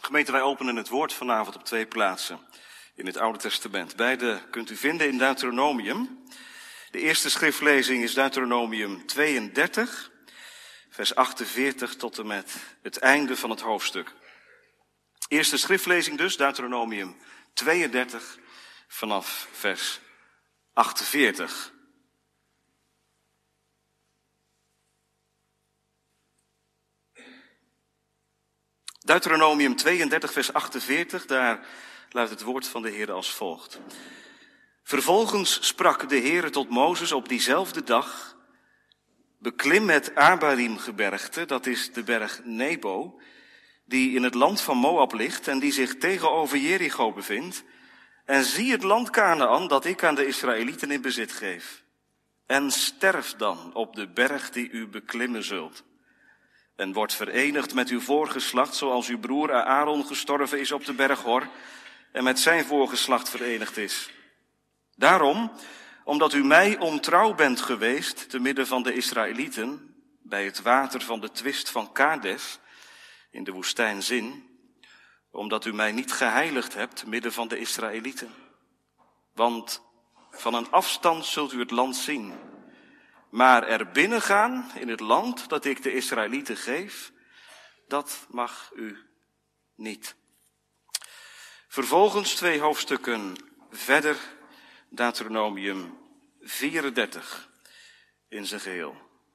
Gemeente, wij openen het woord vanavond op 2 plaatsen in het Oude Testament. Beide kunt u vinden in Deuteronomium. De eerste schriftlezing is Deuteronomium 32, vers 48 tot en met het einde van het hoofdstuk. Eerste schriftlezing dus, Deuteronomium 32, vanaf vers 48. Deuteronomium 32, vers 48, daar luidt het woord van de Heer als volgt. Vervolgens sprak de Heer tot Mozes op diezelfde dag: beklim het Abarim-gebergte, dat is de berg Nebo, die in het land van Moab ligt en die zich tegenover Jericho bevindt, en zie het land Kanaän dat ik aan de Israëlieten in bezit geef. En sterf dan op de berg die u beklimmen zult. En wordt verenigd met uw voorgeslacht, zoals uw broer Aaron gestorven is op de berg Hor en met zijn voorgeslacht verenigd is. Daarom, omdat u mij ontrouw bent geweest te midden van de Israëlieten, bij het water van de twist van Kades, in de woestijn Zin, omdat u mij niet geheiligd hebt te midden van de Israëlieten. Want van een afstand zult u het land zien. Maar er binnengaan in het land dat ik de Israëlieten geef, dat mag u niet. Vervolgens 2 hoofdstukken verder, Deuteronomium 34 in zijn geheel.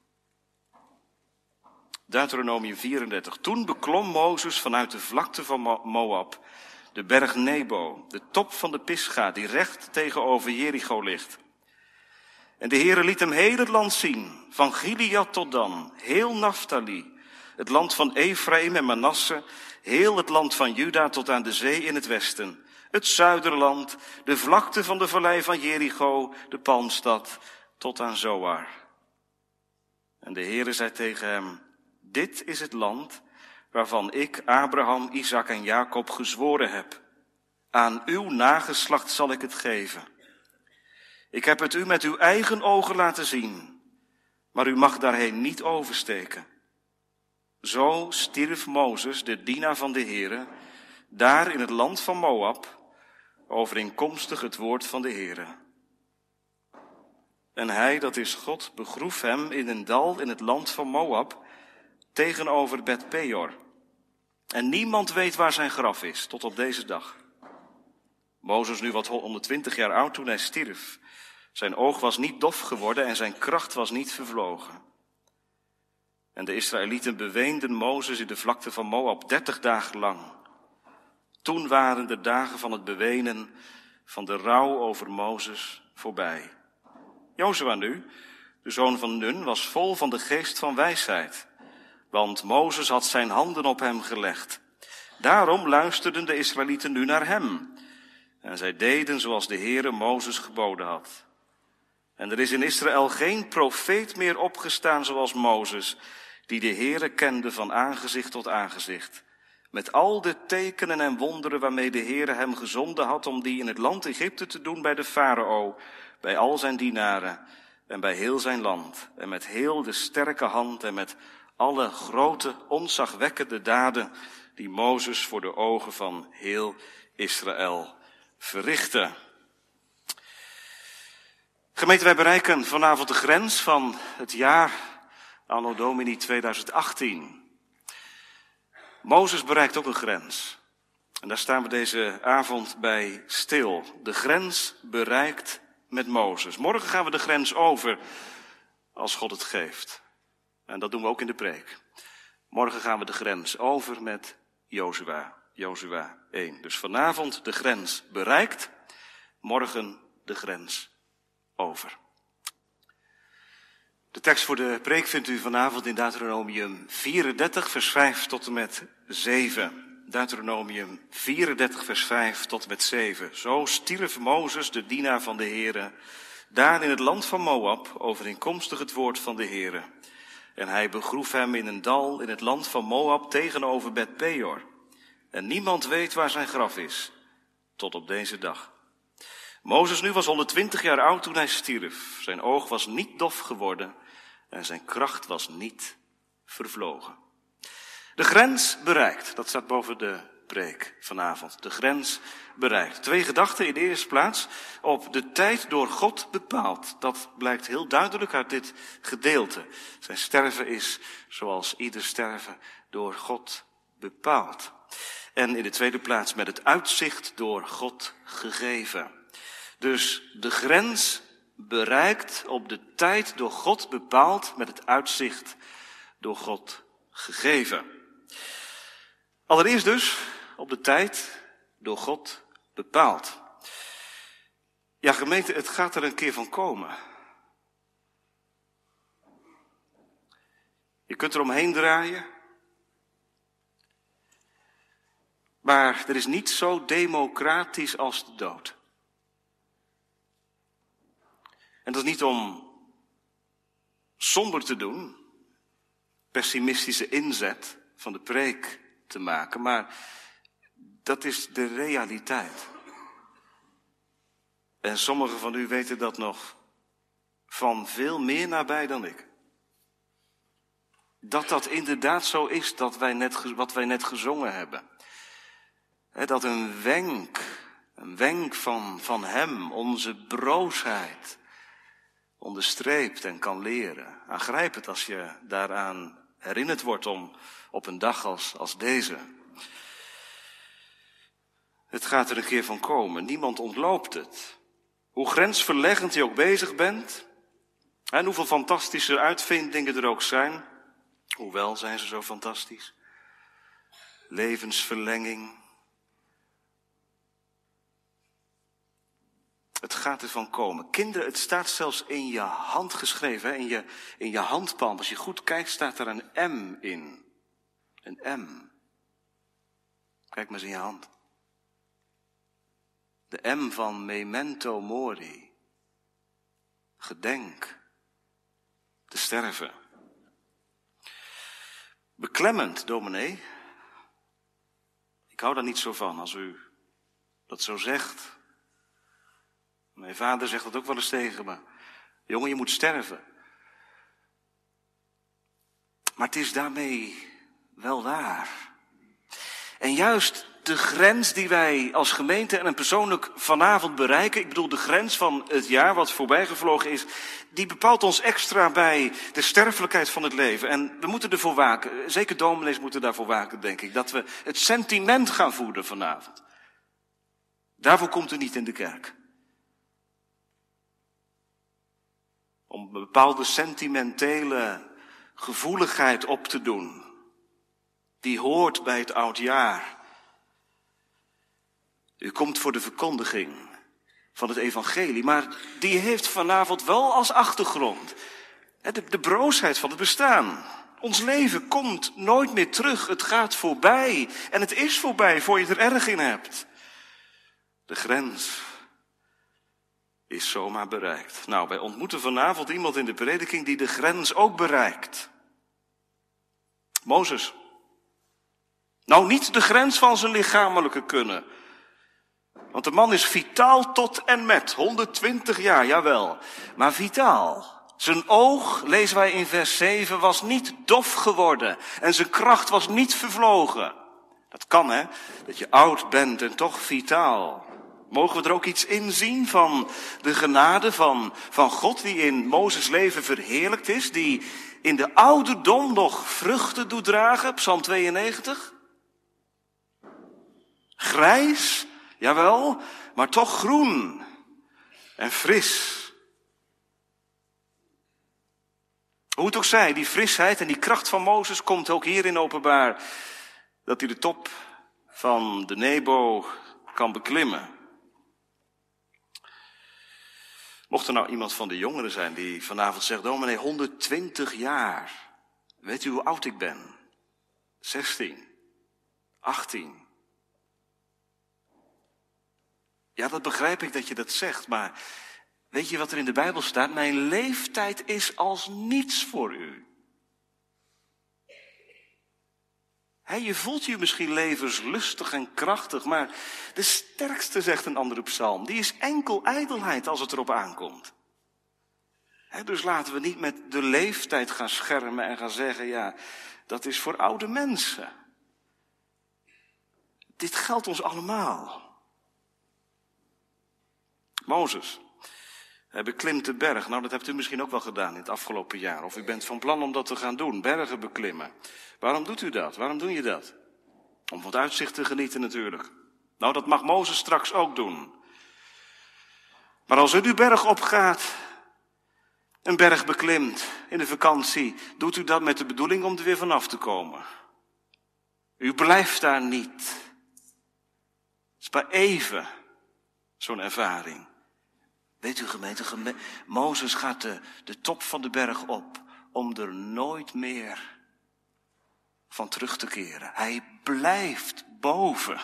Deuteronomium 34. Toen beklom Mozes vanuit de vlakte van Moab de berg Nebo, de top van de Pisga, die recht tegenover Jericho ligt. En de Heere liet hem heel het land zien, van Gilead tot Dan, heel Naftali, het land van Ephraim en Manasse, heel het land van Juda tot aan de zee in het westen, het zuiderland, de vlakte van de vallei van Jericho, de palmstad, tot aan Zoar. En de Heere zei tegen hem: dit is het land waarvan ik Abraham, Isaac en Jacob gezworen heb. Aan uw nageslacht zal ik het geven. Ik heb het u met uw eigen ogen laten zien, maar u mag daarheen niet oversteken. Zo stierf Mozes, de dienaar van de Heere, daar in het land van Moab, overeenkomstig het woord van de Heere. En hij, dat is God, begroef hem in een dal in het land van Moab, tegenover Bet Peor. En niemand weet waar zijn graf is, tot op deze dag. Mozes nu wat 120 jaar oud toen hij stierf. Zijn oog was niet dof geworden en zijn kracht was niet vervlogen. En de Israëlieten beweenden Mozes in de vlakte van Moab 30 dagen lang. Toen waren de dagen van het bewenen, van de rouw over Mozes, voorbij. Jozua nu, de zoon van Nun, was vol van de geest van wijsheid, want Mozes had zijn handen op hem gelegd. Daarom luisterden de Israëlieten nu naar hem. En zij deden zoals de Heere Mozes geboden had. En er is in Israël geen profeet meer opgestaan zoals Mozes, die de Heere kende van aangezicht tot aangezicht. Met al de tekenen en wonderen waarmee de Heere hem gezonden had om die in het land Egypte te doen bij de farao, bij al zijn dienaren en bij heel zijn land. En met heel de sterke hand en met alle grote, ontzagwekkende daden die Mozes voor de ogen van heel Israël verrichtte. Gemeente, wij bereiken vanavond de grens van het jaar Anno Domini 2018. Mozes bereikt ook een grens. En daar staan we deze avond bij stil. De grens bereikt met Mozes. Morgen gaan we de grens over als God het geeft. En dat doen we ook in de preek. Morgen gaan we de grens over met Jozua. Jozua 1. Dus vanavond de grens bereikt. Morgen de grens over. De tekst voor de preek vindt u vanavond in Deuteronomium 34, vers 5 tot en met 7. Deuteronomium 34, vers 5 tot en met 7. Zo stierf Mozes, de dienaar van de Heere, daar in het land van Moab, overeenkomstig het woord van de Heere. En hij begroef hem in een dal in het land van Moab tegenover Bet Peor. En niemand weet waar zijn graf is, tot op deze dag. Mozes nu was 120 jaar oud toen hij stierf. Zijn oog was niet dof geworden en zijn kracht was niet vervlogen. De grens bereikt, dat staat boven de preek vanavond. De grens bereikt. 2 gedachten in de eerste plaats. Op de tijd door God bepaald. Dat blijkt heel duidelijk uit dit gedeelte. Zijn sterven is, zoals ieder sterven, door God bepaald. En in de tweede plaats met het uitzicht door God gegeven. Dus de grens bereikt op de tijd door God bepaald, met het uitzicht door God gegeven. Allereerst dus op de tijd door God bepaald. Ja, gemeente, het gaat er een keer van komen. Je kunt er omheen draaien. Maar er is niets zo democratisch als de dood. En dat is niet om somber te doen, pessimistische inzet van de preek te maken, maar dat is de realiteit. En sommigen van u weten dat nog van veel meer nabij dan ik. Dat inderdaad zo is, wat wij net gezongen hebben. Dat een wenk van hem, onze broosheid, onderstreept en kan leren. Aangrijp het als je daaraan herinnerd wordt op een dag als deze. Het gaat er een keer van komen. Niemand ontloopt het. Hoe grensverleggend je ook bezig bent. En hoeveel fantastische uitvindingen er ook zijn. Hoewel zijn ze zo fantastisch. Levensverlenging. Het gaat ervan komen. Kinderen, het staat zelfs in je hand geschreven, in je handpalm. Als je goed kijkt, staat er een M in. Een M. Kijk maar eens in je hand. De M van memento mori. Gedenk te sterven. Beklemmend, dominee. Ik hou daar niet zo van als u dat zo zegt. Mijn vader zegt dat ook wel eens tegen me. Jongen, je moet sterven. Maar het is daarmee wel waar. En juist de grens die wij als gemeente en persoonlijk vanavond bereiken, ik bedoel de grens van het jaar wat voorbijgevlogen is, die bepaalt ons extra bij de sterfelijkheid van het leven. En we moeten ervoor waken, zeker dominees moeten daarvoor waken, denk ik, dat we het sentiment gaan voeden vanavond. Daarvoor komt u niet in de kerk. Om een bepaalde sentimentele gevoeligheid op te doen. Die hoort bij het oudjaar. U komt voor de verkondiging van het evangelie. Maar die heeft vanavond wel als achtergrond de broosheid van het bestaan. Ons leven komt nooit meer terug. Het gaat voorbij. En het is voorbij voor je er erg in hebt. De grens is zomaar bereikt. Nou, wij ontmoeten vanavond iemand in de prediking die de grens ook bereikt. Mozes. Nou, niet de grens van zijn lichamelijke kunnen. Want de man is vitaal tot en met. 120 jaar, jawel. Maar vitaal. Zijn oog, lezen wij in vers 7, was niet dof geworden. En zijn kracht was niet vervlogen. Dat kan, hè? Dat je oud bent en toch vitaal. Mogen we er ook iets in zien van de genade van God die in Mozes leven verheerlijkt is, die in de ouderdom nog vruchten doet dragen, Psalm 92? Grijs, jawel, maar toch groen en fris. Hoe het ook zij, die frisheid en die kracht van Mozes komt ook hierin openbaar dat hij de top van de Nebo kan beklimmen. Mocht er nou iemand van de jongeren zijn die vanavond zegt, dominee, 120 jaar. Weet u hoe oud ik ben? 16, 18. Ja, dat begrijp ik dat je dat zegt, maar weet je wat er in de Bijbel staat? Mijn leeftijd is als niets voor u. Je voelt je misschien levenslustig en krachtig, maar de sterkste, zegt een andere psalm, die is enkel ijdelheid als het erop aankomt. Dus laten we niet met de leeftijd gaan schermen en gaan zeggen, ja, dat is voor oude mensen. dit geldt ons allemaal. Mozes, hij beklimt de berg. Nou, dat hebt u misschien ook wel gedaan in het afgelopen jaar. Of u bent van plan om dat te gaan doen, bergen beklimmen. Waarom doet u dat? Waarom doe je dat? Om van het uitzicht te genieten natuurlijk. Nou, dat mag Mozes straks ook doen. Maar als u die berg opgaat, een berg beklimt in de vakantie, doet u dat met de bedoeling om er weer vanaf te komen. U blijft daar niet. Het is maar even zo'n ervaring. Weet u gemeente, Mozes gaat de top van de berg op om er nooit meer van terug te keren. Hij blijft boven.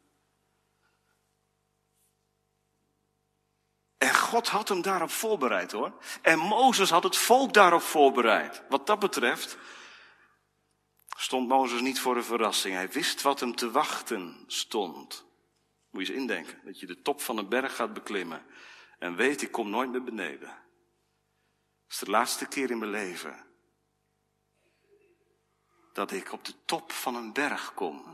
En God had hem daarop voorbereid hoor. En Mozes had het volk daarop voorbereid. Wat dat betreft stond Mozes niet voor een verrassing. Hij wist wat hem te wachten stond. Moet je eens indenken, dat je de top van een berg gaat beklimmen. En weet, ik kom nooit meer beneden. Dat is de laatste keer in mijn leven dat ik op de top van een berg kom.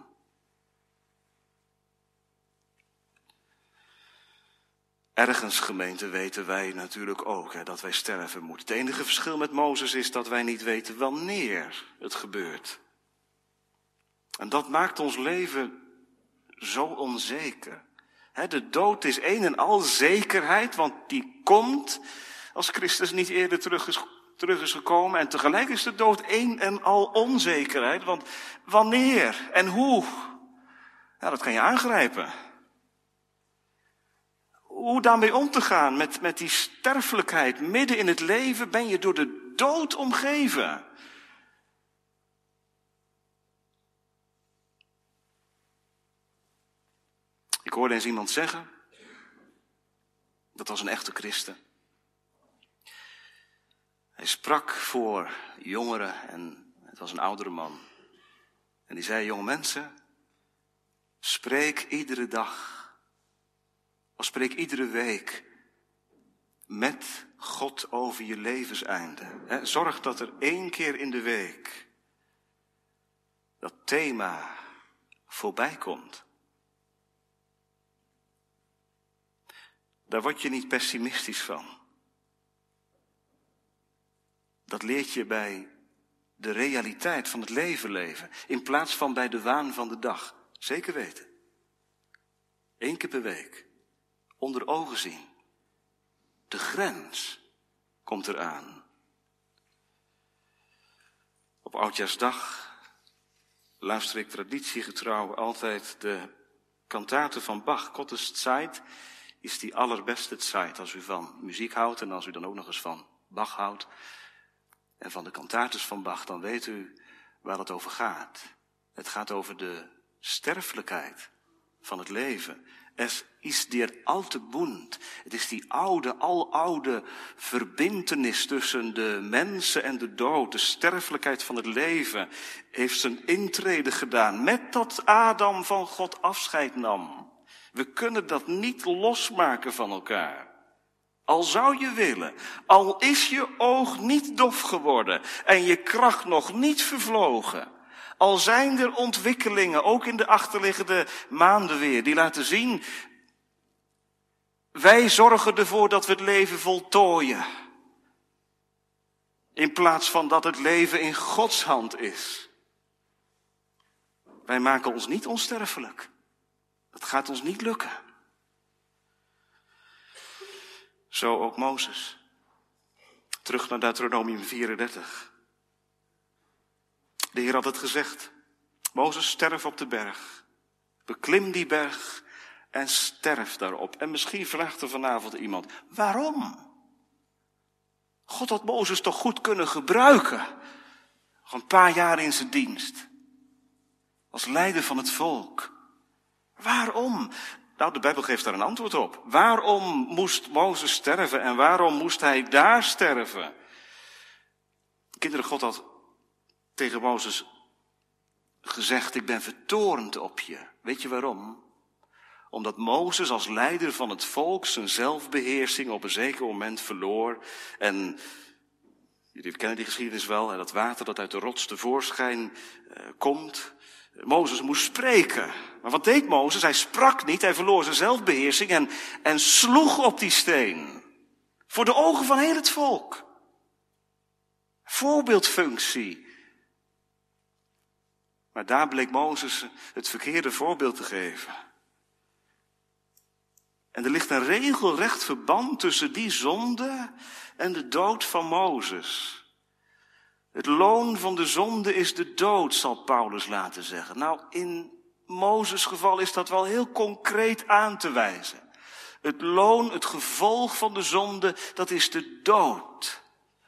Ergens, gemeente, weten wij natuurlijk ook dat wij sterven moeten. Het enige verschil met Mozes is dat wij niet weten wanneer het gebeurt. En dat maakt ons leven zo onzeker. De dood is een en al zekerheid, want die komt als Christus niet eerder terug is gekomen. En tegelijk is de dood een en al onzekerheid, want wanneer en hoe, ja, dat kan je aangrijpen. Hoe daarmee om te gaan met die sterfelijkheid midden in het leven, ben je door de dood omgeven. Ik hoorde eens iemand zeggen, dat was een echte christen. Hij sprak voor jongeren en het was een oudere man. En die zei, jonge mensen, spreek iedere dag, of spreek iedere week met God over je levenseinde. Zorg dat er 1 keer in de week dat thema voorbij komt. Daar word je niet pessimistisch van. Dat leert je bij de realiteit van het leven, in plaats van bij de waan van de dag. Zeker weten. 1 keer per week. Onder ogen zien. De grens komt eraan. Op Oudjaarsdag luister ik traditiegetrouw altijd de kantaten van Bach. Gottes Zeit is die allerbeste Zeit. Als u van muziek houdt en als u dan ook nog eens van Bach houdt en van de kantates van Bach, dan weet u waar het over gaat. Het gaat over de sterfelijkheid van het leven. Es is der alte Bund. Het is die aloude verbintenis tussen de mensen en de dood. De sterfelijkheid van het leven heeft zijn intrede gedaan met dat Adam van God afscheid nam. We kunnen dat niet losmaken van elkaar. Al zou je willen, al is je oog niet dof geworden en je kracht nog niet vervlogen. Al zijn er ontwikkelingen, ook in de achterliggende maanden weer, die laten zien, wij zorgen ervoor dat we het leven voltooien. In plaats van dat het leven in Gods hand is. Wij maken ons niet onsterfelijk. Dat gaat ons niet lukken. Zo ook Mozes. Terug naar Deuteronomium 34. De Heer had het gezegd. Mozes, sterf op de berg. Beklim die berg en sterf daarop. En misschien vraagt er vanavond iemand, waarom? God had Mozes toch goed kunnen gebruiken. Nog een paar jaar in zijn dienst. Als leider van het volk. Waarom? Nou, de Bijbel geeft daar een antwoord op. Waarom moest Mozes sterven en waarom moest hij daar sterven? Kinderen, God had tegen Mozes gezegd, ik ben vertoornd op je. Weet je waarom? Omdat Mozes als leider van het volk zijn zelfbeheersing op een zeker moment verloor. En jullie kennen die geschiedenis wel, dat water dat uit de rots tevoorschijn komt, Mozes moest spreken. Maar wat deed Mozes? Hij sprak niet, hij verloor zijn zelfbeheersing en sloeg op die steen. Voor de ogen van heel het volk. Voorbeeldfunctie. Maar daar bleek Mozes het verkeerde voorbeeld te geven. En er ligt een regelrecht verband tussen die zonde en de dood van Mozes. Het loon van de zonde is de dood, zal Paulus laten zeggen. Nou, in Mozes' geval is dat wel heel concreet aan te wijzen. Het loon, het gevolg van de zonde, dat is de dood.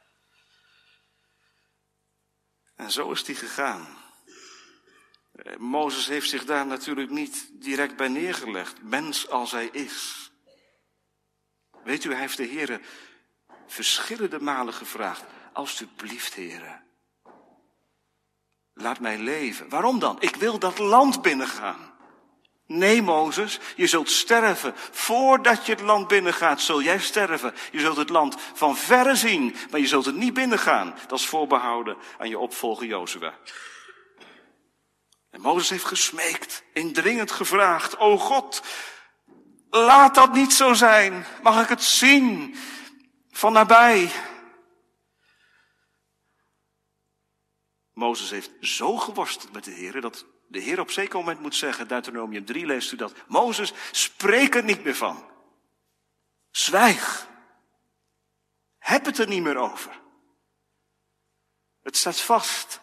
En zo is die gegaan. Mozes heeft zich daar natuurlijk niet direct bij neergelegd, mens als hij is. Weet u, hij heeft de Heere verschillende malen gevraagd, alstublieft Heere, laat mij leven. Waarom dan? Ik wil dat land binnengaan. Nee, Mozes, je zult sterven. Voordat je het land binnengaat, zul jij sterven. Je zult het land van verre zien, maar je zult het niet binnengaan. Dat is voorbehouden aan je opvolger Jozua. En Mozes heeft gesmeekt, indringend gevraagd, o God, laat dat niet zo zijn. Mag ik het zien van nabij? Mozes heeft zo geworsteld met de Heer, dat de Heer op zeker moment moet zeggen, Deuteronomium 3 leest u dat, Mozes, spreek er niet meer van. Zwijg. Heb het er niet meer over. Het staat vast.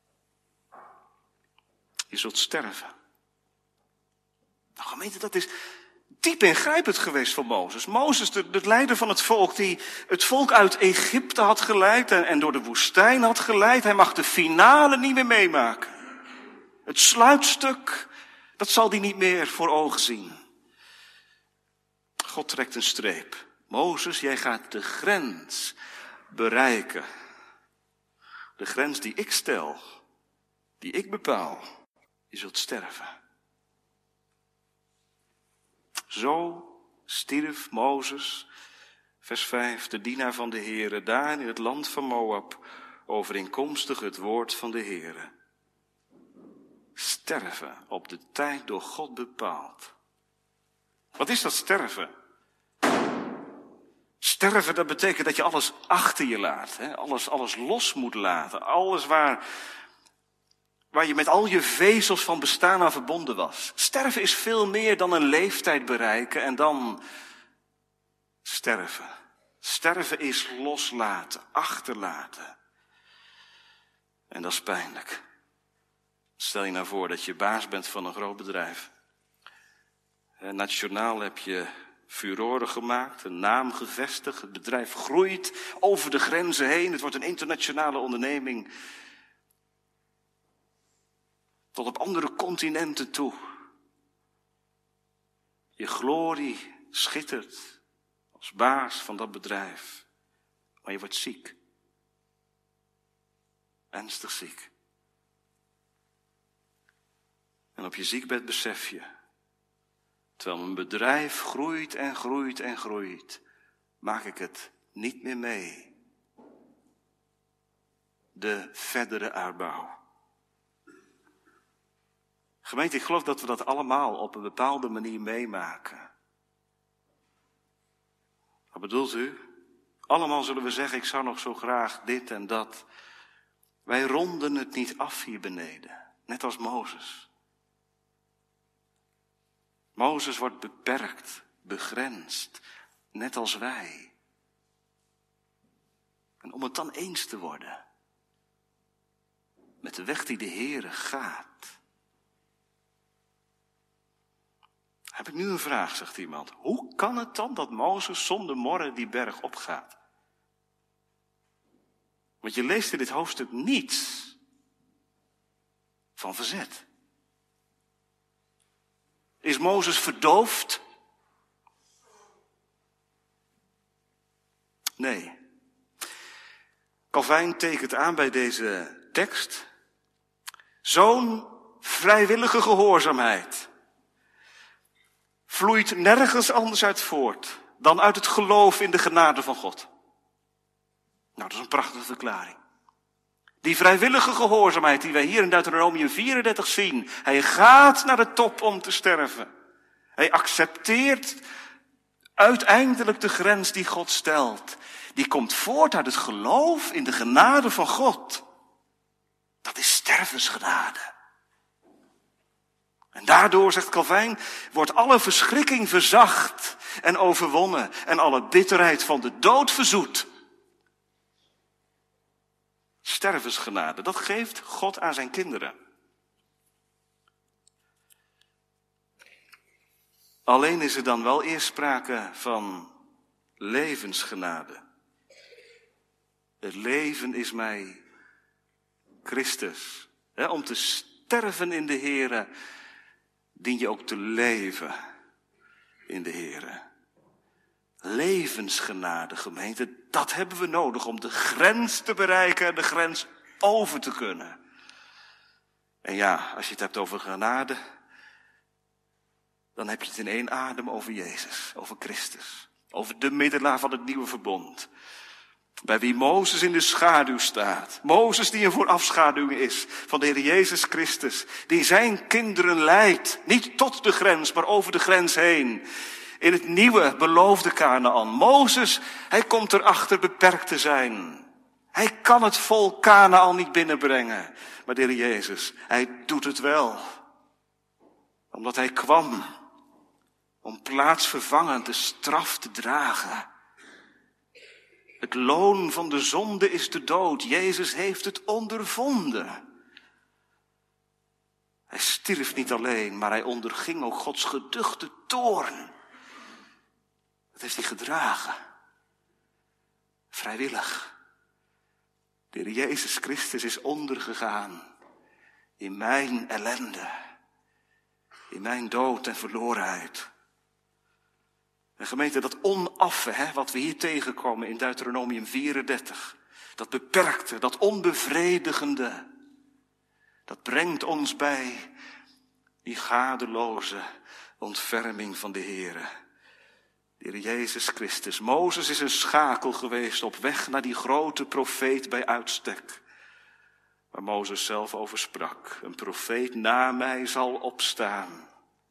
Je zult sterven. Nou, gemeente, dat is diep ingrijpend geweest voor Mozes. Mozes, de leider van het volk, die het volk uit Egypte had geleid en door de woestijn had geleid. Hij mag de finale niet meer meemaken. Het sluitstuk, dat zal hij niet meer voor ogen zien. God trekt een streep. Mozes, jij gaat de grens bereiken. De grens die ik stel, die ik bepaal. Je zult sterven. Zo stierf Mozes, vers 5, de dienaar van de Heere, daar in het land van Moab, overeenkomstig het woord van de Heere. Sterven op de tijd door God bepaald. Wat is dat sterven? Sterven, dat betekent dat je alles achter je laat. Hè? Alles los moet laten. Alles waar je met al je vezels van bestaan aan verbonden was. Sterven is veel meer dan een leeftijd bereiken en dan sterven. Sterven is loslaten, achterlaten. En dat is pijnlijk. Stel je nou voor dat je baas bent van een groot bedrijf. Nationaal heb je furoren gemaakt, een naam gevestigd. Het bedrijf groeit over de grenzen heen. Het wordt een internationale onderneming. Tot op andere continenten toe. Je glorie schittert als baas van dat bedrijf. Maar je wordt ziek. Ernstig ziek. En op je ziekbed besef je, terwijl mijn bedrijf groeit en groeit en groeit, maak ik het niet meer mee. De verdere uitbouw. Gemeente, ik geloof dat we dat allemaal op een bepaalde manier meemaken. Wat bedoelt u? Allemaal zullen we zeggen, ik zou nog zo graag dit en dat. Wij ronden het niet af hier beneden, net als Mozes. Mozes wordt beperkt, begrensd, net als wij. En om het dan eens te worden met de weg die de Heere gaat. Heb ik nu een vraag, zegt iemand. Hoe kan het dan dat Mozes zonder morren die berg opgaat? Want je leest in dit hoofdstuk niets van verzet. Is Mozes verdoofd? Nee. Calvijn tekent aan bij deze tekst. Zo'n vrijwillige gehoorzaamheid vloeit nergens anders uit voort dan uit het geloof in de genade van God. Nou, dat is een prachtige verklaring. Die vrijwillige gehoorzaamheid die wij hier in Deuteronomium 34 zien. Hij gaat naar de top om te sterven. Hij accepteert uiteindelijk de grens die God stelt. Die komt voort uit het geloof in de genade van God. Dat is stervensgenade. En daardoor, zegt Calvijn, wordt alle verschrikking verzacht en overwonnen en alle bitterheid van de dood verzoet. Stervensgenade, dat geeft God aan zijn kinderen. Alleen is er dan wel eerst sprake van levensgenade. Het leven is mij Christus. Om te sterven in de Here, dien je ook te leven in de Here. Levensgenade, gemeente, dat hebben we nodig om de grens te bereiken en de grens over te kunnen. En ja, als je het hebt over genade, dan heb je het in één adem over Jezus, over Christus. Over de middelaar van het nieuwe verbond. Bij wie Mozes in de schaduw staat. Mozes die een voorafschaduwing is van de Heer Jezus Christus. Die zijn kinderen leidt. Niet tot de grens, maar over de grens heen. In het nieuwe beloofde Kanaan. Mozes, hij komt erachter beperkt te zijn. Hij kan het volk Kanaan niet binnenbrengen. Maar de Heer Jezus, hij doet het wel. Omdat hij kwam om plaatsvervangend de straf te dragen. Het loon van de zonde is de dood. Jezus heeft het ondervonden. Hij stierf niet alleen, maar hij onderging ook Gods geduchte toorn. Dat heeft hij gedragen. Vrijwillig. De Heer Jezus Christus is ondergegaan in mijn ellende. In mijn dood en verlorenheid. En gemeente, dat onaffe, wat we hier tegenkomen in Deuteronomium 34. Dat beperkte, dat onbevredigende. Dat brengt ons bij die gadeloze ontferming van de Heere. De Heer Jezus Christus. Mozes is een schakel geweest op weg naar die grote profeet bij uitstek. Waar Mozes zelf over sprak. Een profeet na mij zal opstaan.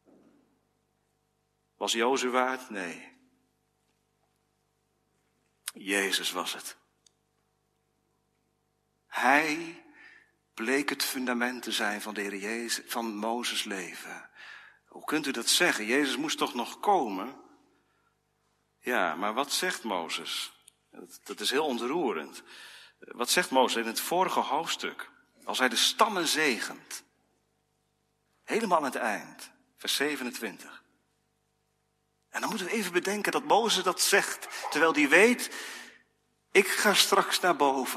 Was Jozua het? Nee. Jezus was het. Hij bleek het fundament te zijn van de Heer Jezus, van Mozes' leven. Hoe kunt u dat zeggen? Jezus moest toch nog komen? Ja, maar wat zegt Mozes? Dat is heel ontroerend. Wat zegt Mozes in het vorige hoofdstuk? Als hij de stammen zegent. Helemaal aan het eind. Vers 27. En dan moeten we even bedenken dat Mozes dat zegt. Terwijl hij weet, ik ga straks naar boven.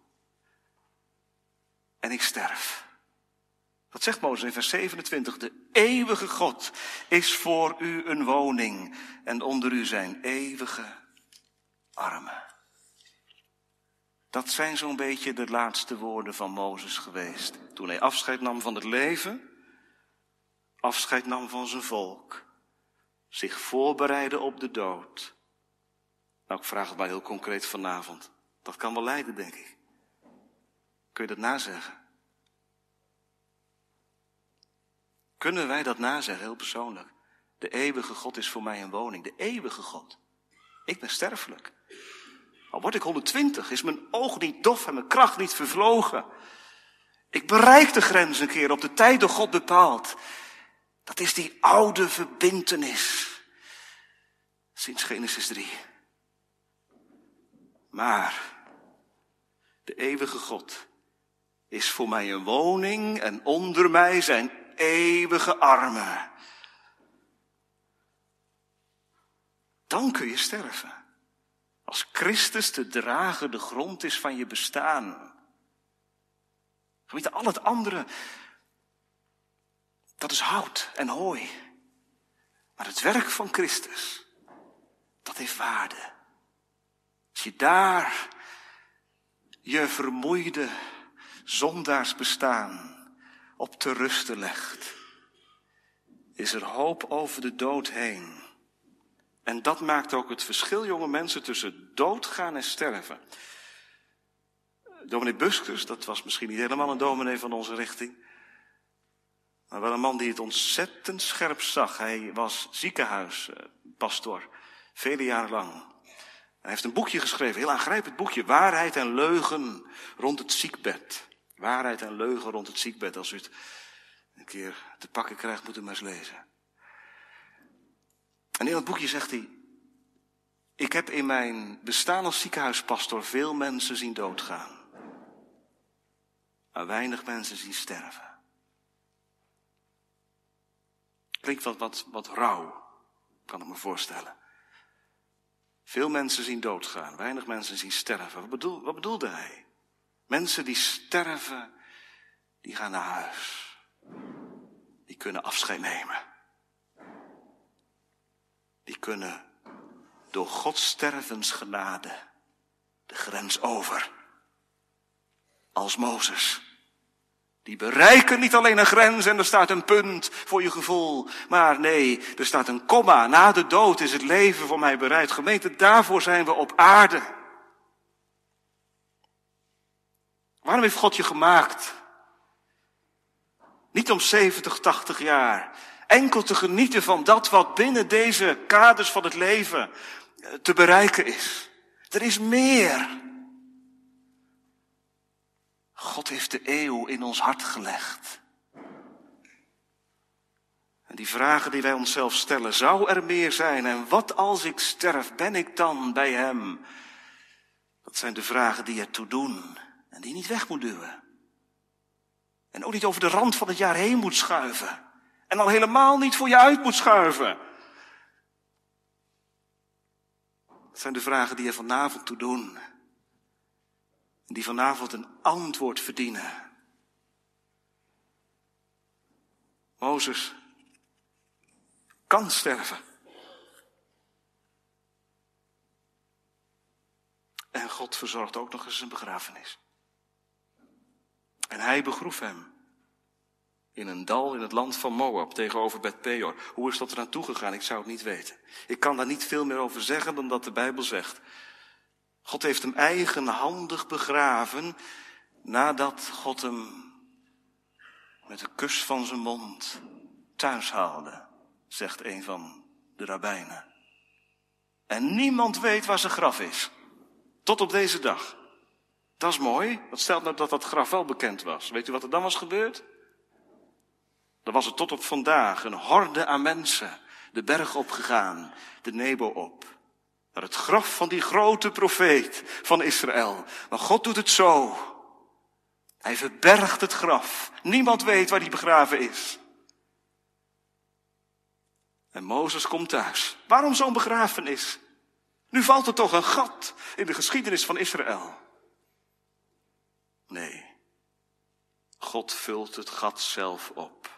En ik sterf. Wat zegt Mozes in vers 27? De eeuwige God is voor u een woning. En onder u zijn eeuwige armen. Dat zijn zo'n beetje de laatste woorden van Mozes geweest. Toen hij afscheid nam van het leven. Afscheid nam van zijn volk. Zich voorbereiden op de dood. Nou, ik vraag het maar heel concreet vanavond. Dat kan wel leiden, denk ik. Kun je dat nazeggen? Kunnen wij dat nazeggen, heel persoonlijk? De eeuwige God is voor mij een woning. De eeuwige God. Ik ben sterfelijk. Al word ik 120, is mijn oog niet dof en mijn kracht niet vervlogen. Ik bereik de grens een keer op de tijd door God bepaald. Dat is die oude verbintenis. Sinds Genesis 3. Maar de eeuwige God is voor mij een woning en onder mij zijn eeuwige armen. Dan kun je sterven. Als Christus te dragen de grond is van je bestaan. Weet je, al het andere, dat is hout en hooi. Maar het werk van Christus, dat heeft waarde. Als je daar je vermoeide zondaarsbestaan op te rusten legt, is er hoop over de dood heen. En dat maakt ook het verschil, jonge mensen, tussen doodgaan en sterven. Dominee Buskus, dat was misschien niet helemaal een dominee van onze richting, maar wel een man die het ontzettend scherp zag. Hij was ziekenhuispastor, vele jaren lang. Hij heeft een boekje geschreven, een heel aangrijpend boekje, Waarheid en leugen rond het ziekbed. Waarheid en leugen rond het ziekbed. Als u het een keer te pakken krijgt, moet u maar eens lezen. En in dat boekje zegt hij: ik heb in mijn bestaan als ziekenhuispastor veel mensen zien doodgaan, maar weinig mensen zien sterven. Klinkt wat rauw, kan ik me voorstellen. Veel mensen zien doodgaan, weinig mensen zien sterven. Wat bedoelde hij? Mensen die sterven, die gaan naar huis. Die kunnen afscheid nemen. Die kunnen door Gods stervensgenade de grens over. Als Mozes. Die bereiken niet alleen een grens en er staat een punt voor je gevoel. Maar nee, er staat een komma. Na de dood is het leven voor mij bereid. Gemeente, daarvoor zijn we op aarde. Waarom heeft God je gemaakt? Niet om 70, 80 jaar. Enkel te genieten van dat wat binnen deze kaders van het leven te bereiken is. Er is meer. God heeft de eeuw in ons hart gelegd. En die vragen die wij onszelf stellen, zou er meer zijn? En wat als ik sterf, ben ik dan bij hem? Dat zijn de vragen die ertoe doen en die je niet weg moet duwen. En ook niet over de rand van het jaar heen moet schuiven. En al helemaal niet voor je uit moet schuiven. Dat zijn de vragen die er vanavond toe doen. En die vanavond een antwoord verdienen. Mozes kan sterven. En God verzorgt ook nog eens een begrafenis. En hij begroef hem in een dal in het land van Moab tegenover Bet Peor. Hoe is dat eraan toegegaan? Ik zou het niet weten. Ik kan daar niet veel meer over zeggen dan dat de Bijbel zegt. God heeft hem eigenhandig begraven nadat God hem met een kus van zijn mond thuis haalde, zegt een van de rabbijnen. En niemand weet waar zijn graf is. Tot op deze dag. Dat is mooi. Dat stelt nou dat dat graf wel bekend was. Weet u wat er dan was gebeurd? Dan was het tot op vandaag een horde aan mensen de berg opgegaan, de Nebo op. Naar het graf van die grote profeet van Israël. Maar God doet het zo. Hij verbergt het graf. Niemand weet waar hij begraven is. En Mozes komt thuis. Waarom zo'n begrafenis? Nu valt er toch een gat in de geschiedenis van Israël. Nee. God vult het gat zelf op.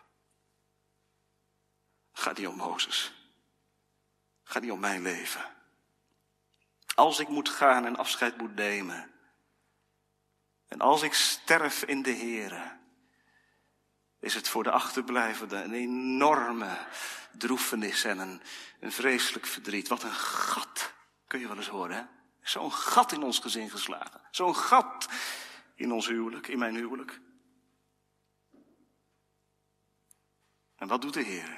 Gaat niet om Mozes. Gaat niet om mijn leven. Als ik moet gaan en afscheid moet nemen. En als ik sterf in de Here. Is het voor de achterblijvenden een enorme droefenis en een vreselijk verdriet. Wat een gat. Kun je wel eens horen, hè? Zo'n gat in ons gezin geslagen. Zo'n gat in ons huwelijk, in mijn huwelijk. En wat doet de Heer?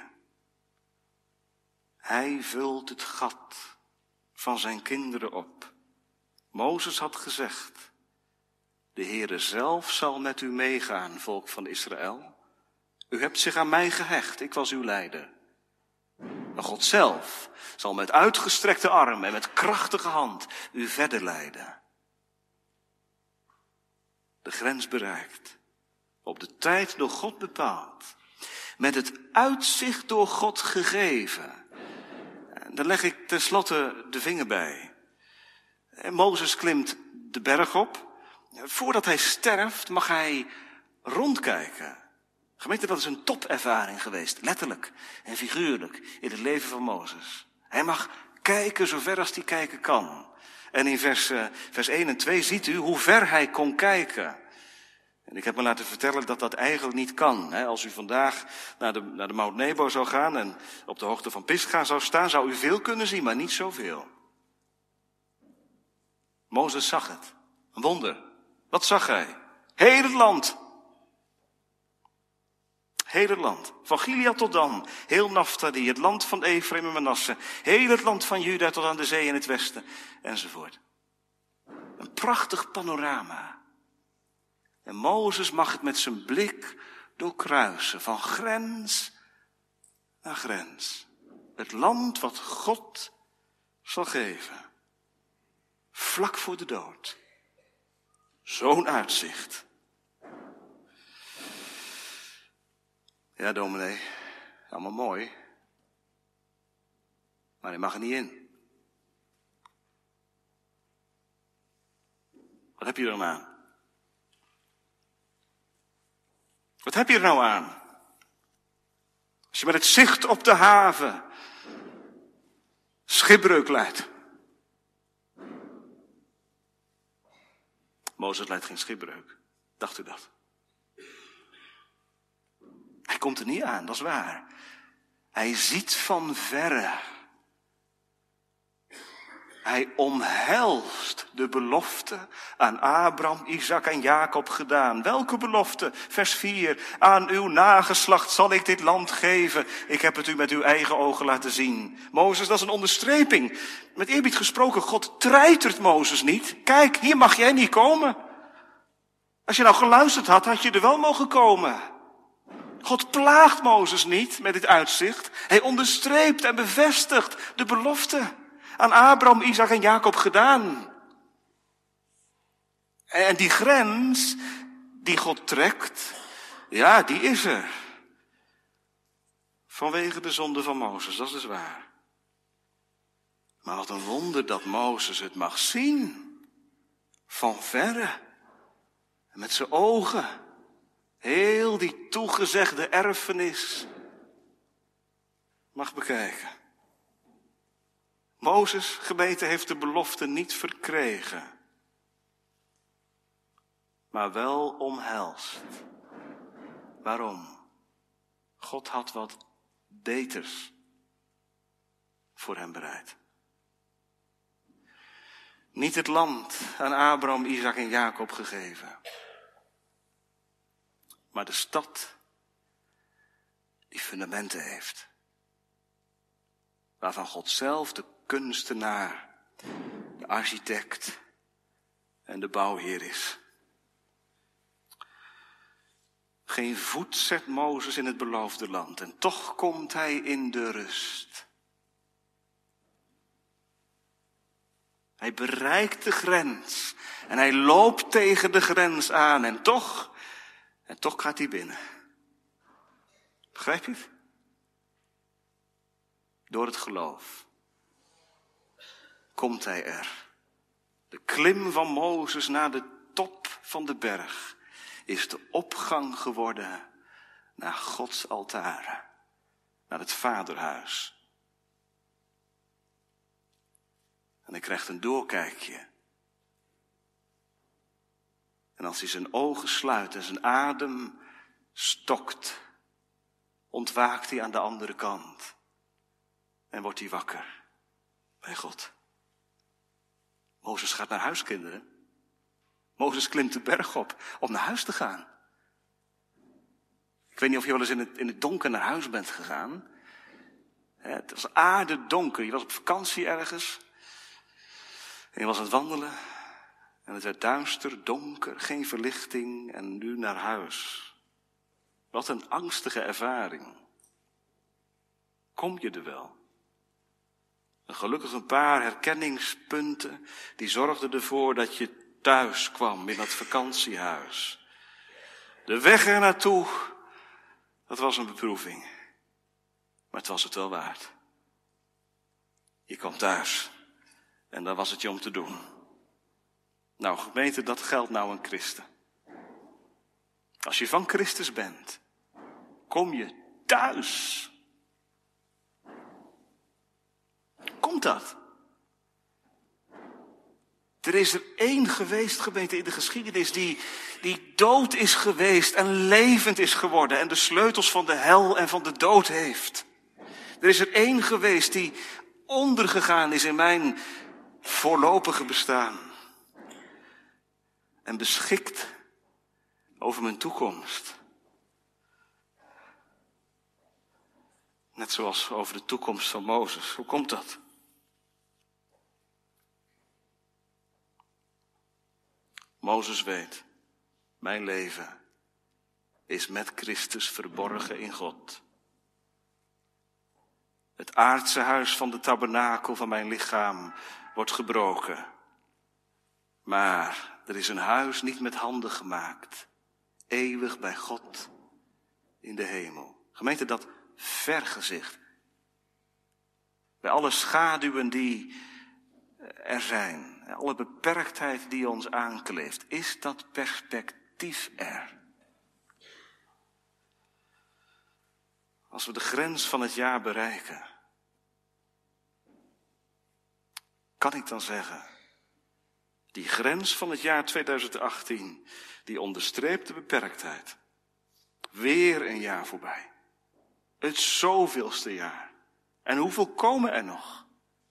Hij vult het gat van zijn kinderen op. Mozes had gezegd, de Heere zelf zal met u meegaan, volk van Israël. U hebt zich aan mij gehecht, ik was uw leider. Maar God zelf zal met uitgestrekte arm en met krachtige hand u verder leiden. De grens bereikt, op de tijd door God bepaald, met het uitzicht door God gegeven. Daar leg ik tenslotte de vinger bij. Mozes klimt de berg op. Voordat hij sterft mag hij rondkijken. Gemeente, dat is een topervaring geweest, letterlijk en figuurlijk, in het leven van Mozes. Hij mag kijken zover als hij kijken kan. En in vers 1 en 2 ziet u hoe ver hij kon kijken. En ik heb me laten vertellen dat dat eigenlijk niet kan. Als u vandaag naar de Mount Nebo zou gaan en op de hoogte van Pisga zou staan, zou u veel kunnen zien, maar niet zoveel. Mozes zag het. Een wonder. Wat zag hij? Heel het land. Heel het land. Van Gilead tot Dan. Heel Naftali. Het land van Efraim en Manasse. Heel het land van Juda tot aan de zee in het westen. Enzovoort. Een prachtig panorama. En Mozes mag het met zijn blik doorkruisen. Van grens naar grens. Het land wat God zal geven. Vlak voor de dood. Zo'n uitzicht. Ja, dominee, allemaal mooi. Maar hij mag er niet in. Wat heb je er dan aan? Wat heb je er nou aan? Als je met het zicht op de haven schipbreuk lijdt. Mozes lijdt geen schipbreuk. Dacht u dat? Hij komt er niet aan, dat is waar. Hij ziet van verre. Hij omhelst de belofte aan Abraham, Isaac en Jacob gedaan. Welke belofte? Vers 4. Aan uw nageslacht zal ik dit land geven. Ik heb het u met uw eigen ogen laten zien. Mozes, dat is een onderstreping. Met eerbied gesproken, God treitert Mozes niet. Kijk, hier mag jij niet komen. Als je nou geluisterd had, had je er wel mogen komen. God plaagt Mozes niet met dit uitzicht. Hij onderstreept en bevestigt de belofte aan Abraham, Isaac en Jacob gedaan. En die grens die God trekt, ja, die is er. Vanwege de zonde van Mozes, dat is waar. Maar wat een wonder dat Mozes het mag zien. Van verre. En met zijn ogen. Heel die toegezegde erfenis mag bekijken. Mozes, gemeente, heeft de belofte niet verkregen, maar wel omhelst. Waarom? God had wat beters voor hem bereid. Niet het land aan Abraham, Isaac en Jacob gegeven, maar de stad die fundamenten heeft. Waarvan God zelf de kunstenaar, de architect en de bouwheer is. Geen voet zet Mozes in het beloofde land en toch komt hij in de rust. Hij bereikt de grens en hij loopt tegen de grens aan en toch gaat hij binnen. Begrijp je het? Door het geloof komt hij er. De klim van Mozes naar de top van de berg is de opgang geworden naar Gods altaren, naar het vaderhuis. En hij krijgt een doorkijkje. En als hij zijn ogen sluit en zijn adem stokt, ontwaakt hij aan de andere kant. En wordt hij wakker bij God. Mozes gaat naar huis, kinderen. Mozes klimt de berg op om naar huis te gaan. Ik weet niet of je wel eens in het donker naar huis bent gegaan. Het was aardedonker. Je was op vakantie ergens. En je was aan het wandelen. En het werd duister, donker, geen verlichting. En nu naar huis. Wat een angstige ervaring. Kom je er wel? Gelukkig een paar herkenningspunten. Die zorgden ervoor dat je thuis kwam in dat vakantiehuis. De weg er naartoe, dat was een beproeving. Maar het was het wel waard. Je kwam thuis. En daar was het je om te doen. Nou, gemeente, dat geldt nou aan Christen. Als je van Christus bent, kom je thuis. Komt dat? Er is er één geweest, gemeente, in de geschiedenis die dood is geweest en levend is geworden en de sleutels van de hel en van de dood heeft. Er is er één geweest die ondergegaan is in mijn voorlopige bestaan. en beschikt over mijn toekomst. Net zoals over de toekomst van Mozes. Hoe komt dat? Mozes weet, mijn leven is met Christus verborgen in God. Het aardse huis van de tabernakel van mijn lichaam wordt gebroken. Maar er is een huis niet met handen gemaakt. Eeuwig bij God in de hemel. Gemeente, dat vergezicht. Bij alle schaduwen die er zijn. Alle beperktheid die ons aankleeft. Is dat perspectief er? Als we de grens van het jaar bereiken. Kan ik dan zeggen. Die grens van het jaar 2018. Die onderstreept de beperktheid. Weer een jaar voorbij. Het zoveelste jaar. En hoeveel komen er nog?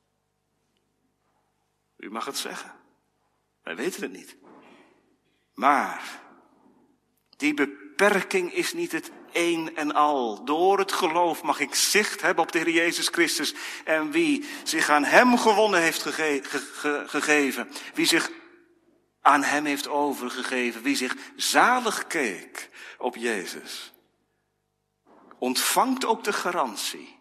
U mag het zeggen. Wij weten het niet. Maar die beperking is niet het een en al. Door het geloof mag ik zicht hebben op de Heer Jezus Christus. En wie zich aan hem gewonnen heeft gegeven. Wie zich aan hem heeft overgegeven. Wie zich zalig keek op Jezus. Ontvangt ook de garantie.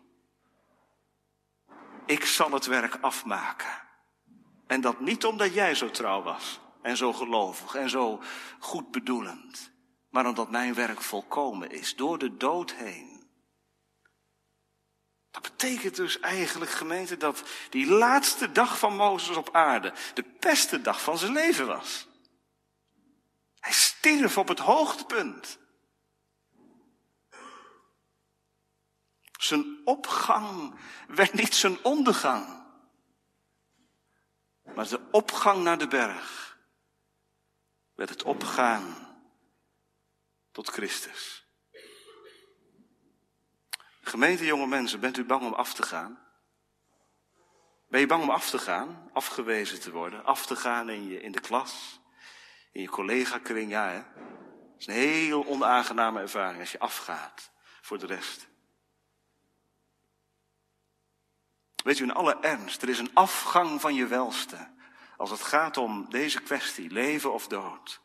Ik zal het werk afmaken. En dat niet omdat jij zo trouw was. En zo gelovig en zo goed bedoelend. Maar omdat mijn werk volkomen is. Door de dood heen. Dat betekent dus eigenlijk, gemeente, dat die laatste dag van Mozes op aarde de beste dag van zijn leven was. Hij stierf op het hoogtepunt. Zijn opgang werd niet zijn ondergang. Maar de opgang naar de berg werd het opgaan tot Christus. Gemeente jonge mensen, bent u bang om af te gaan? Ben je bang om af te gaan? Afgewezen te worden? Af te gaan in de klas? In je collega-kring? Ja, hè? Dat is een heel onaangename ervaring als je afgaat voor de rest. Weet u, in alle ernst, er is een afgang van je welste. Als het gaat om deze kwestie, leven of dood.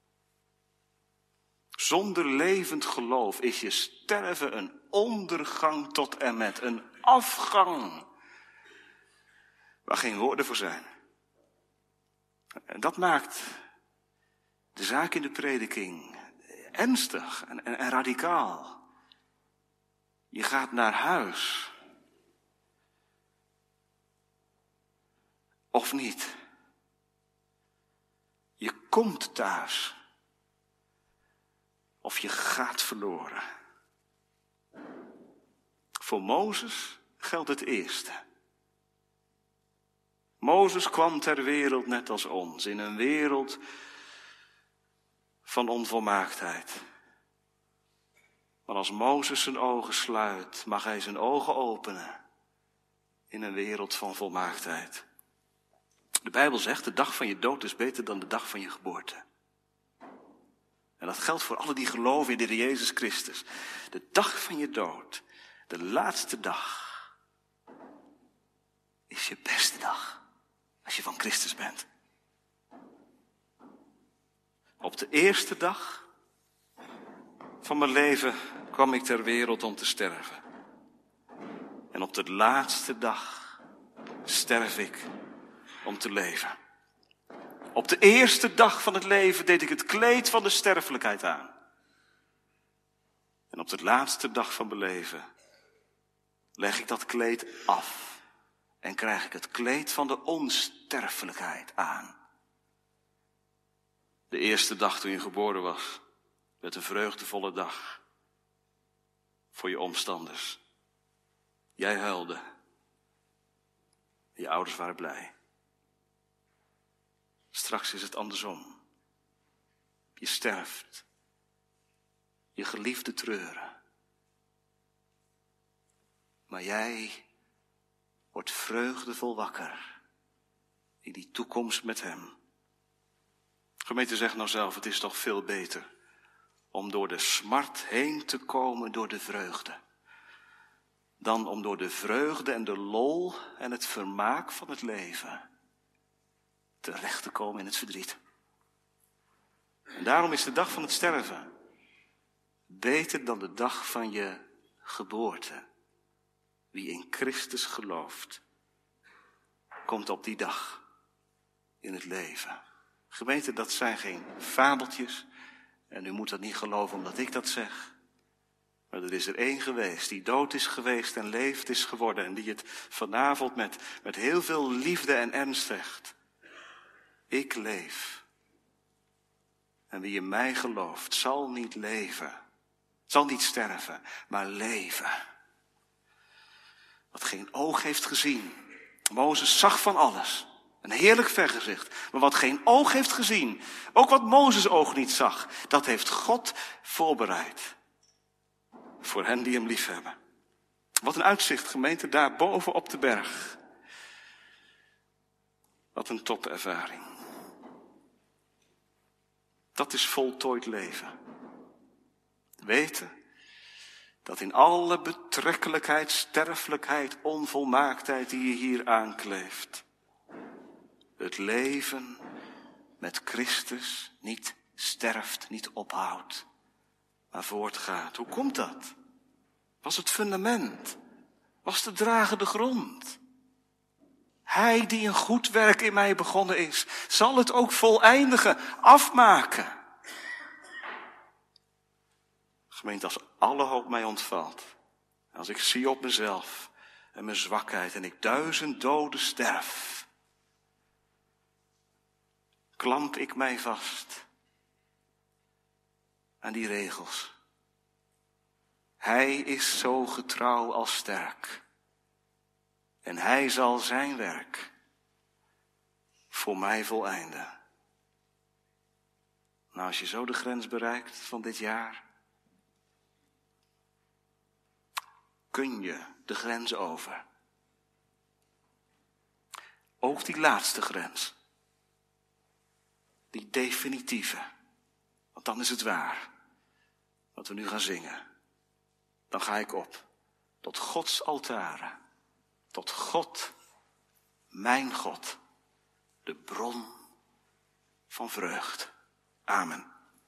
Zonder levend geloof is je sterven een ondergang tot en met. Een afgang. Waar geen woorden voor zijn. En dat maakt de zaak in de prediking ernstig en radicaal. Je gaat naar huis. Of niet. Je komt thuis. Of je gaat verloren. Voor Mozes geldt het eerste. Mozes kwam ter wereld net als ons. In een wereld van onvolmaaktheid. Maar als Mozes zijn ogen sluit, mag hij zijn ogen openen. In een wereld van volmaaktheid. De Bijbel zegt, de dag van je dood is beter dan de dag van je geboorte. En dat geldt voor allen die geloven in de Heer Jezus Christus. De dag van je dood, de laatste dag, is je beste dag. Als je van Christus bent. Op de eerste dag van mijn leven kwam ik ter wereld om te sterven. En op de laatste dag sterf ik om te leven. Op de eerste dag van het leven deed ik het kleed van de sterfelijkheid aan. En op de laatste dag van mijn leven leg ik dat kleed af. En krijg ik het kleed van de onsterfelijkheid aan. De eerste dag toen je geboren was, werd een vreugdevolle dag. Voor je omstanders. Jij huilde. Je ouders waren blij. Straks is het andersom. Je sterft. Je geliefde treuren. Maar jij wordt vreugdevol wakker in die toekomst met hem. Gemeente, zeg nou zelf, het is toch veel beter om door de smart heen te komen door de vreugde, dan om door de vreugde en de lol en het vermaak van het leven terecht te komen in het verdriet. En daarom is de dag van het sterven beter dan de dag van je geboorte. Wie in Christus gelooft, komt op die dag in het leven. Gemeente, dat zijn geen fabeltjes. En u moet dat niet geloven omdat ik dat zeg. Maar er is er één geweest die dood is geweest en leeft is geworden. En die het vanavond met heel veel liefde en ernst zegt. Ik leef. En wie in mij gelooft zal niet leven. Zal niet sterven, maar leven. Wat geen oog heeft gezien. Mozes zag van alles. Een heerlijk vergezicht. Maar wat geen oog heeft gezien, ook wat Mozes oog niet zag, dat heeft God voorbereid. Voor hen die hem liefhebben. Wat een uitzicht, gemeente, daar boven op de berg. Wat een topervaring. Dat is voltooid leven. Weten dat in alle betrekkelijkheid, sterfelijkheid, onvolmaaktheid die je hier aankleeft, het leven met Christus niet sterft, niet ophoudt, maar voortgaat. Hoe komt dat? Was het fundament? Was de dragende grond? Hij die een goed werk in mij begonnen is, zal het ook voleindigen, afmaken. Gemeente, als alle hoop mij ontvalt, als ik zie op mezelf en mijn zwakheid en ik 1000 doden sterf, klamp ik mij vast aan die regels. Hij is zo getrouw als sterk. En hij zal zijn werk voor mij voleinden. Nou, als je zo de grens bereikt van dit jaar, kun je de grens over. Ook die laatste grens. Die definitieve. Want dan is het waar. Wat we nu gaan zingen. Dan ga ik op. Tot Gods altaren. Tot God, mijn God. De bron van vreugd. Amen.